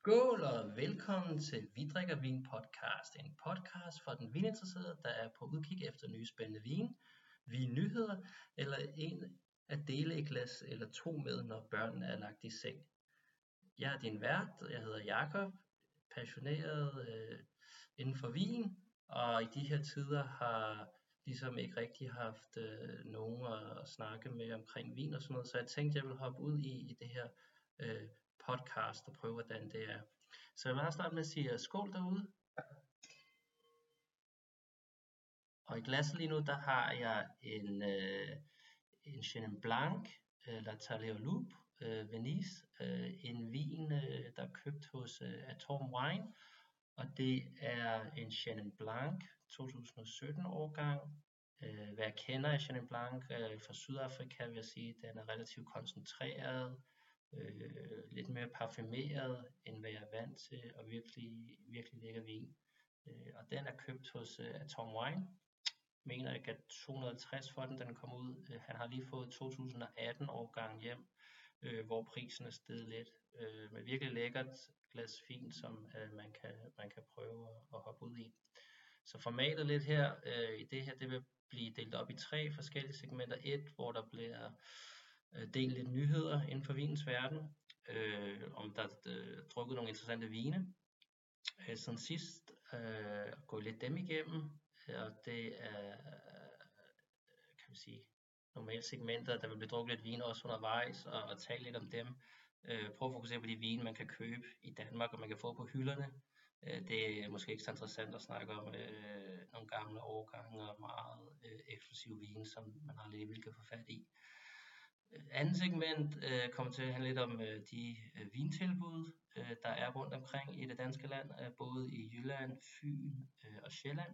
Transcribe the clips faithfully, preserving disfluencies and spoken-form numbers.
Skål og velkommen til Vi drikker vin podcast, en podcast for den vininteresserede, der er på udkig efter nye spændende vin, vinnyheder eller en at dele et glas eller to med, når børnene er lagt i seng. Jeg er din vært, jeg hedder Jakob, passioneret øh, inden for vin, og i de her tider har ligesom ikke rigtig haft øh, nogen at, at snakke med omkring vin og sådan noget, så jeg tænkte, jeg ville hoppe ud i, i det her øh, podcast og prøve, hvordan det er. Så jeg vil bare starte med at sige skål derude. Og i glasset lige nu, der har jeg en, øh, en Chenin Blanc, øh, La Taille au Loup, øh, Venice, øh, en vin, øh, der er købt hos øh, Atom Wine, og det er en Chenin Blanc to tusind og sytten årgang. Øh, hvad jeg kender af Chenin Blanc øh, fra Sydafrika, vil jeg sige, den er relativt koncentreret, øh, lidt mere parfumeret, end hvad jeg er vant til, og virkelig, virkelig lækker vin. Øh, og den er købt hos øh, Atom Wine. Jeg mener, jeg gav to hundrede og halvtreds for den, den kom ud. Øh, han har lige fået to tusind og atten årgang hjem, øh, hvor prisen er steget lidt. Øh, med virkelig lækkert glas vin, som øh, man, kan, man kan prøve at, at hoppe ud i. Så formatet lidt her, øh, i det her, det vil blive delt op i tre forskellige segmenter. Et, hvor der bliver øh, delt lidt nyheder inden for vinens verden, øh, om der er øh, drukket nogle interessante vine. Øh, siden sidst øh, gå lidt dem igennem, og det er, kan vi sige, normale segmenter, der vil blive drukket lidt vin også undervejs, og, og tale lidt om dem. Øh, prøv at fokusere på de vine, man kan købe i Danmark, og man kan få på hylderne. Øh, det er måske ikke så interessant at snakke om øh, nogle gamle årgange og meget øh, eksklusive vine, som man aldrig vil kan få fat i. Øh, andet segment øh, kommer til at handle lidt om øh, de øh, vintilbud, øh, der er rundt omkring i det danske land, øh, både i Jylland, Fyn øh, og Sjælland.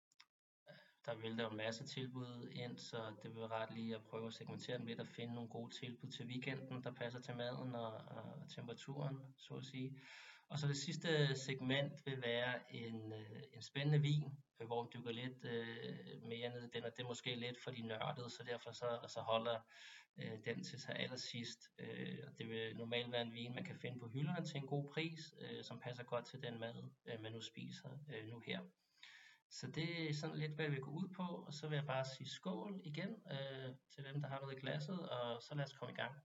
Der vælter en masse tilbud ind, så det vil ret lige at prøve at segmentere dem lidt og finde nogle gode tilbud til weekenden, der passer til maden og, og temperaturen, så at sige. Og så det sidste segment vil være en, øh, en spændende vin, øh, hvor vi dykker lidt øh, mere ned i den, og det er måske lidt for de nørdede, så derfor så, så holder øh, den til sig allersidst. Øh, og det vil normalt være en vin, man kan finde på hylderne til en god pris, øh, som passer godt til den mad, øh, man nu spiser øh, nu her. Så det er sådan lidt, hvad vi går ud på, og så vil jeg bare sige skål igen øh, til dem, der har noget i glasset, og så lad os komme i gang.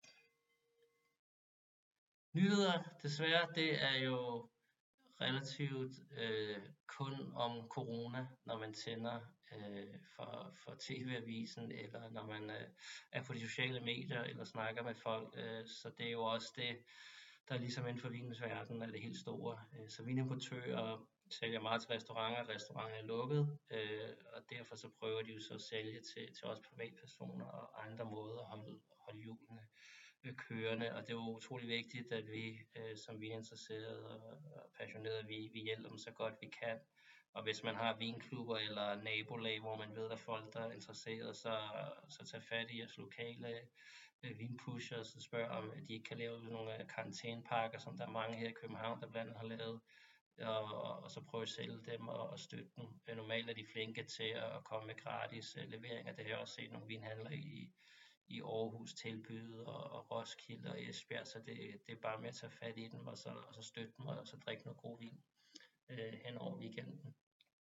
Nyheder, desværre, det er jo relativt øh, kun om corona, når man tænder øh, for, for T V-avisen, eller når man øh, er på de sociale medier, eller snakker med folk. Øh, så det er jo også det, der er ligesom inden for vinens verden er det helt store. Øh, så vinimportører sælger meget til restauranter, restauranter er lukket, øh, og derfor så prøver de jo så at sælge til, til os privatpersoner og andre måder at holde, holde hjulene øh, kørende, og det er jo utrolig vigtigt, at vi øh, som vininteresserede og, og passionerede, vi, vi hjælper dem så godt vi kan. Og hvis man har vinklubber eller nabolag, hvor man ved, at der er folk, der er interesseret, så, så tag fat i jeres lokale øh, vinpushers og spørg om, at de ikke kan lave nogle karantænepakker, som der er mange her i København, der blandt andet har lavet. Og, og så prøve at sælge dem og, og støtte dem. Normalt er de flinke til at komme med gratis uh, leveringer. Det har jeg også set nogle vinhandlere i, i Aarhus tilbyde, og, og Roskilde og Esbjerg, så det, det er bare med at tage fat i dem, og så, og så støtte dem, og så drikke noget god vin uh, hen over weekenden.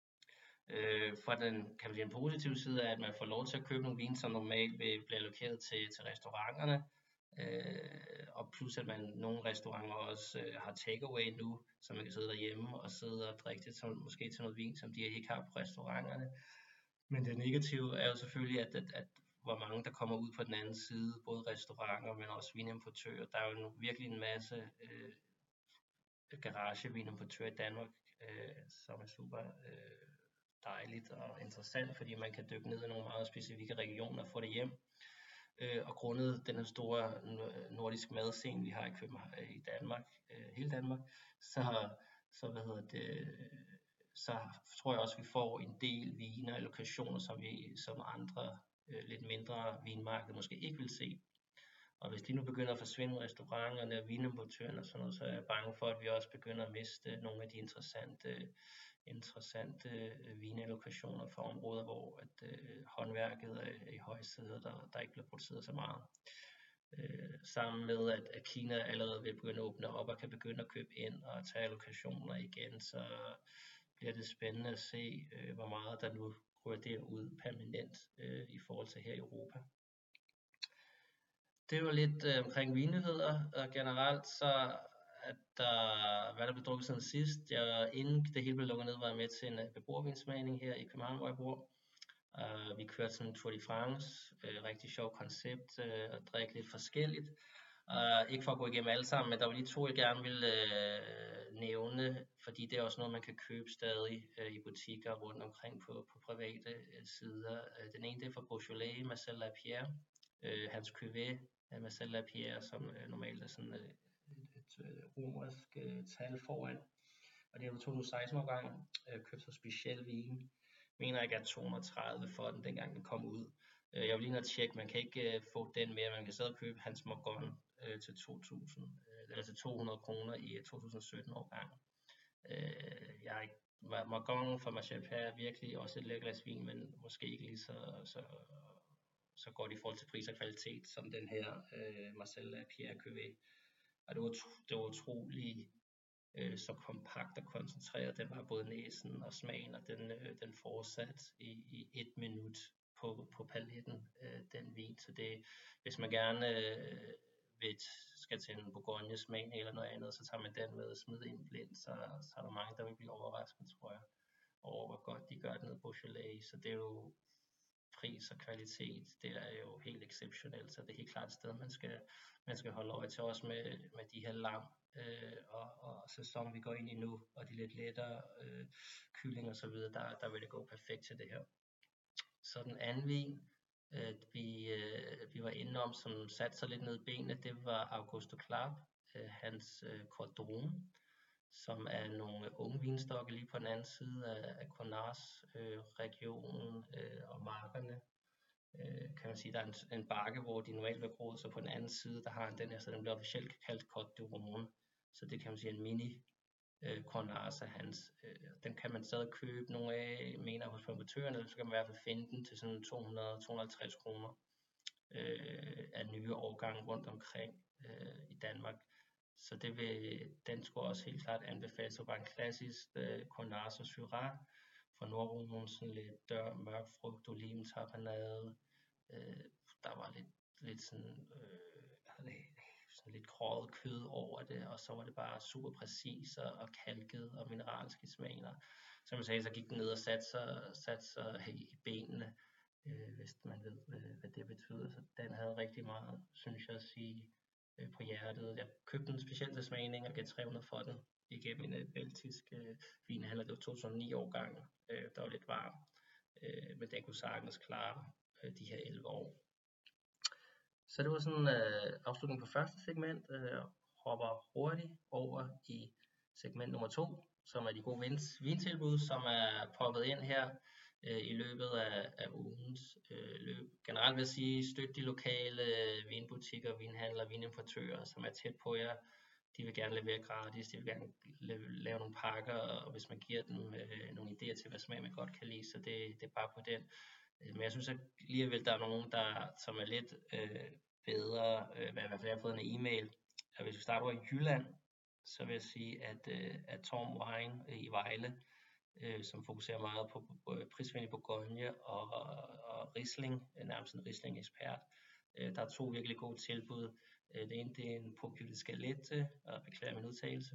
Uh, fra den, kan man sige, den positive side er, at man får lov til at købe nogle vin, som normalt vil blive allokeret til, til restauranterne. Øh, og plus at man nogle restauranter også øh, har takeaway nu, så man kan sidde derhjemme og sidde og drikke det som, måske til noget vin, som de ikke har på restauranterne. Men det negative er jo selvfølgelig, at, at, at hvor mange der kommer ud på den anden side, både restauranter, men også vinimportører. Der er jo virkelig en masse øh, garagevinimportører i Danmark, øh, som er super øh, dejligt og interessant, fordi man kan dykke ned i nogle meget specifikke regioner og få det hjem. Øh, og grundet den store nordisk madscene, vi har i København, i Danmark, øh, hele Danmark, så, så, hvad hedder det, så tror jeg også, at vi får en del viner og lokationer, som, vi, som andre øh, lidt mindre vinmarkeder måske ikke vil se. Og hvis de nu begynder at forsvinde restauranterne og vinimportørerne og sådan noget, så er jeg bange for, at vi også begynder at miste nogle af de interessante interessante øh, vinallokationer for områder, hvor at, øh, håndværket er i højsædet, der, der ikke bliver produceret så meget. øh, sammen med at, at Kina allerede vil begynde at åbne op og kan begynde at købe ind og tage allokationer igen, så bliver det spændende at se, øh, hvor meget der nu ryger derud permanent øh, i forhold til her i Europa. Det var lidt øh, omkring vinnyheder, og generelt så at der, hvad der blev drukket siden sidst. Jeg, inden det hele blev lukket ned, var jeg med til en uh, beboervinsmagning her i København, hvor jeg bor. Uh, vi kørte sådan en Tour de France, uh, rigtig sjov koncept, uh, og drikke lidt forskelligt. Uh, ikke for at gå igennem alle sammen, men der var lige to, jeg gerne ville uh, nævne, fordi det er også noget, man kan købe stadig uh, i butikker rundt omkring på, på private uh, sider. Uh, den ene, det er fra Beaujolais, Marcel Lapierre, uh, hans cuvée, uh, Marcel Lapierre, som uh, normalt er sådan uh, et, et romersk uh, tal foran. Og det er jo to tusind og seksten årgang, uh, købt så speciel vin. Mener jeg gav to hundrede og tredive for den, dengang den kom ud. Uh, jeg vil lige nødt tjekke, man kan ikke uh, få den mere, man kan stadig købe hans Morgon uh, til to tusind, uh, altså to hundrede kroner i to tusind og sytten årgang. Uh, jeg Morgon fra Marcel Lapierre er virkelig også et lækkert glas vin, men måske ikke lige så, så, så godt i forhold til pris og kvalitet, som den her uh, Marcel Lapierre cuvée. Og det var, det var utrolig øh, så kompakt og koncentreret. Den var både næsen og smagen, og den, øh, den fortsat i, i et minut på, på paletten, øh, den vin. Så det, hvis man gerne øh, vil, skal til en Bourgogne smag eller noget andet, så tager man den med og smider ind blind, så, så er der mange, der vil blive overrasket, tror jeg, over hvor godt de gør det nede i Beaujolais. Så det er jo pris og kvalitet, det er jo helt exceptionelt, så det er helt klart et sted, man skal, man skal holde øje til, også med, med de her lam øh, og, og sæson, vi går ind i nu, og de lidt lettere øh, kylling og så videre, der, der vil det gå perfekt til det her. Så den anden vin, øh, vi, øh, vi var inde om, som satte sig lidt ned i benene, det var Augusto Clark, øh, hans øh, Côte d'Rône, som er nogle unge vinstokke lige på den anden side af, af Cornas-regionen øh, øh, og markerne. Øh, kan man sige, der er en, en bakke, hvor de normalt bliver groet, så på den anden side, der har han den her, så den bliver officielt kaldt Côte d'Rône. Så det kan man sige en mini øh, Cornas af hans. Øh, den kan man stadig købe nogle af, mener hos promotørerne, eller så kan man i hvert fald finde den til sådan to hundrede til to hundrede og halvtreds kroner øh, af nye årgange rundt omkring øh, i Danmark. Så det vil, den skulle også helt klart anbefales. Så bare en klassisk øh, Cornas og Syrah fra Nordrhonen, sådan lidt dør, mørk frugt, oliven, tapenade. Øh, der var lidt, lidt sådan, øh, sådan lidt krøget kød over det, og så var det bare super præcis og, og kalket og mineralsk i smagen. Som jeg sagde, så gik den ned og satte sig, satte sig i benene, øh, hvis man ved, hvad det betyder. Så den havde rigtig meget, synes jeg, at sige på hjertet. Jeg købte den specielt til smagning og gav tre hundrede for den igennem en belgisk øh, vinhandler. Det var to tusind og ni årgang, øh, der var lidt varm, øh, men den kunne sagtens klare øh, de her elleve år. Så det var sådan øh, afslutning på første segment. Jeg øh, hopper hurtigt over i segment nummer to, som er de gode vins, vintilbud, som er poppet ind her øh, i løbet af, af ugens øh, løb. Generelt vil jeg sige, støt de lokale øh, vinbutikker, vinhandlere, vinimportører, som er tæt på jer. De vil gerne levere gratis, de vil gerne lave, lave nogle pakker, og hvis man giver dem øh, nogle idéer til, hvad smag man godt kan lide, så det, det er bare på den. Men jeg synes at alligevel, der er nogen, der, som er lidt øh, bedre, øh, i hvert fald jeg har fået en e-mail, at hvis vi starter i Jylland, så vil jeg sige, at, øh, at Torm Wine øh, i Vejle, øh, som fokuserer meget på, på, på prisvinding på Bourgogne og, og Riesling, nærmest en Riesling-ekspert. Øh, der er to virkelig gode tilbud. Øh, det ene det er en Poggio di Scalette, og beklager min udtalelse.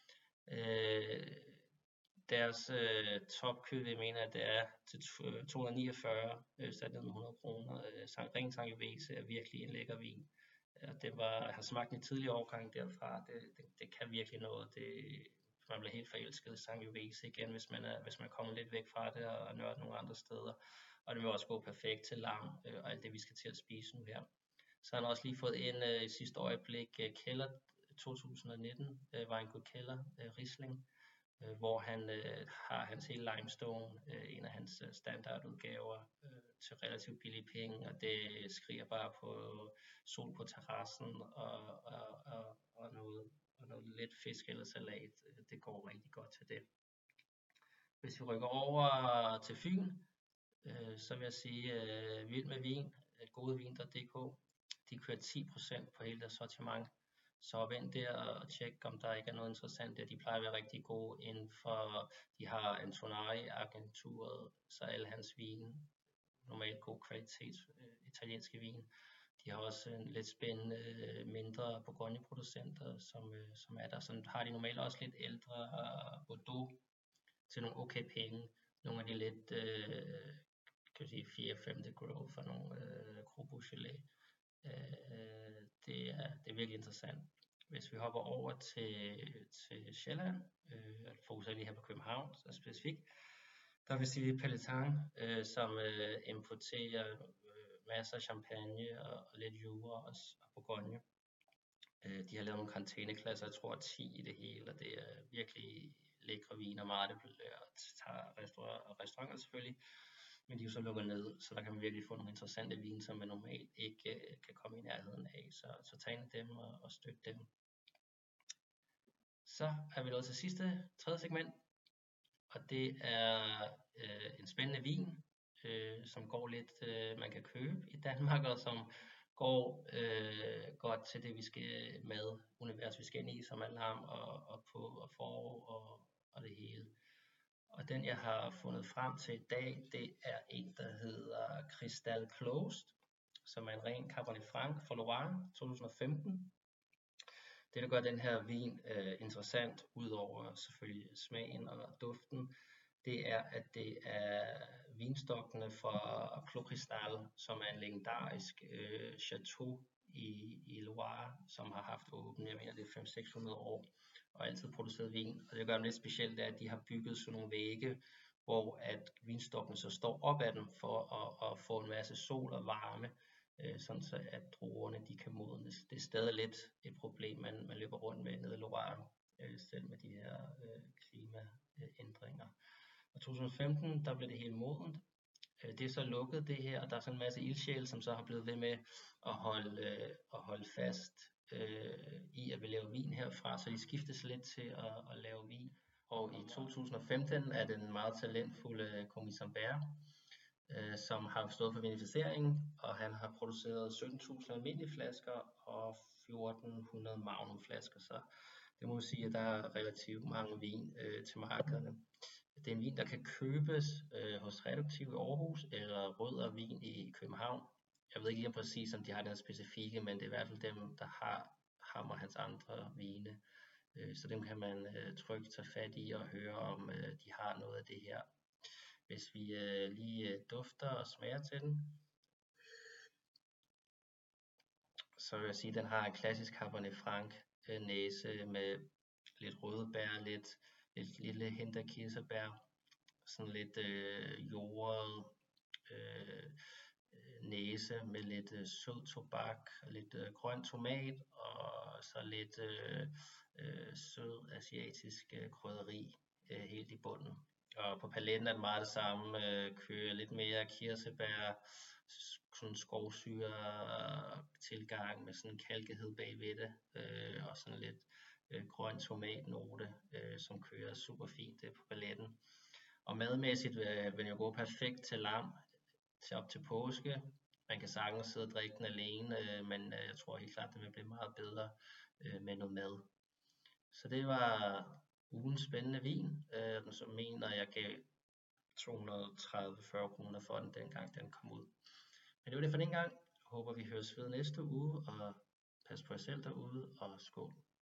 Øh, deres øh, topkøb, jeg mener, at det er til to hundrede og niogfyrre, øh, sat ned med hundrede kroner. Øh, ren Sangiovese er virkelig en lækker vin. Og det var, jeg har smagt en tidlig årgang derfra, det, det, det kan virkelig noget. Det, man bliver helt forelsket i Sangiovese igen, hvis man er, hvis man kommer lidt væk fra det og nørder nogle andre steder. Og det vil også gå perfekt til lam øh, og alt det, vi skal til at spise nu her. Så har han også lige fået ind øh, i sidste øjeblik øh, Keller to tusind og nitten, øh, Weingut Keller øh, Riesling, øh, hvor han øh, har hans hele Limestone, øh, en af hans øh, standardudgaver, øh, til relativt billige penge, og det skriger bare på sol på terrassen og, og, og, og, noget, og noget lidt fisk eller salat. Det går rigtig godt til det. Hvis vi rykker over til Fyn, øh, så vil jeg sige øh, Vild med Vin, godevin punktum d k. de kører ti procent på hele deres sortiment. Så hop ind der og tjek, om der ikke er noget interessant der. De plejer at være rigtig gode inden for, de har Antonari-agenturet, så alle hans vine, normalt god kvalitet, øh, italienske vin. De har også en lidt spændende øh, mindre Bourgogne-producenter, som, øh, som er der. Så har de normalt også lidt ældre uh, Bordeaux til nogle okay penge. Nogle af de lidt, øh, kan jeg sige, fjerde femte grove for nogle øh, Gros Beaujolais. Øh, det, er, det er virkelig interessant. Hvis vi hopper over til, til Sjælland, øh, fokuserer lige her på København, så specifikt, der vil sige Pelletan, øh, som øh, importerer øh, masser af champagne og, og lidt jura og, og Bourgogne. Øh, de har lavet nogle karantæneklasser, jeg tror ti i det hele, og det er virkelig lækre viner, meget det bliver tager restauranter, restauranter selvfølgelig, men de er jo så lukket ned, så der kan man virkelig få nogle interessante vine, som man normalt ikke øh, kan komme i nærheden af, så, så tag ind dem og, og støt dem. Så er vi nået til sidste, tredje segment, og det er øh, en spændende vin, øh, som går lidt, øh, man kan købe i Danmark, og som går øh, godt til det, vi skal med, univers vi skal ind i, som er larm og, og på og forår og, og det hele. Og den jeg har fundet frem til i dag, det er en, der hedder Cristal Closed, som er en ren Cabernet Franc fra Loire to tusind og femten. Det, der gør den her vin øh, interessant, udover selvfølgelig smagen og duften, det er, at det er vinstokkene fra Clos Cristal, som er en legendarisk øh, chateau i, i Loire, som har haft åbent, jeg mener det er fem til seks hundrede år, og altid produceret vin. Og det gør dem lidt specielt, er, at de har bygget sådan nogle vægge, hvor at vinstokkene så står op ad dem, for at, at få en masse sol og varme, øh, sådan så at druerne de kan modnes. Det er stadig lidt et problem, man, man løber rundt med nede i Loire, øh, selv med de her øh, klimaændringer. Og to tusind og femten, der blev det helt modent. Det er så lukket det her, og der er sådan en masse ildsjæle, som så har blevet ved med at holde, øh, at holde fast øh, i at vi laver vin herfra, så de skiftes lidt til at, at lave vin. Og i to tusind og femten er den meget talentfulde Comis Sambert, øh, som har stået for vinificering, og han har produceret sytten tusind almindelige flasker og fjorten hundrede magnum flasker, så det må man sige, at der er relativt mange vin øh, til markederne. Det er en vin, der kan købes øh, hos Reduktiv i Aarhus, eller Rød og Vin i København. Jeg ved ikke lige præcis, om de har den specifikke, men det er i hvert fald dem, der har ham og hans andre vine. Øh, så dem kan man øh, trygt tage fat i og høre, om øh, de har noget af det her. Hvis vi øh, lige øh, dufter og smager til den, så vil jeg sige, at den har en klassisk Cabernet Franc øh, næse med lidt røde bær, lidt, lidt lille hint af kirsebær, sådan lidt øh, jordet øh, næse med lidt øh, sød tobak, lidt øh, grøn tomat og så lidt øh, øh, sød asiatisk øh, krydderi øh, helt i bunden. Og på paletten er det meget det samme, øh, kører lidt mere kirsebær, sådan skovsyre tilgang med sådan en kalkighed bagved det, øh, og sådan lidt øh, grøn tomatnote, øh, som kører super fint øh, på paletten. Og madmæssigt vil den jo gå perfekt til lam, til op til påske. Man kan sagtens sidde og drikke den alene, øh, men øh, jeg tror helt klart, at den vil blive meget bedre øh, med noget mad. Så det var ugens spændende vin, øh, som mener, jeg gav to hundrede og tredive til fyrre kroner for den, dengang den kom ud. Men det var det for den gang. Jeg håber, vi høres ved næste uge, og pas på jer selv derude, og skål.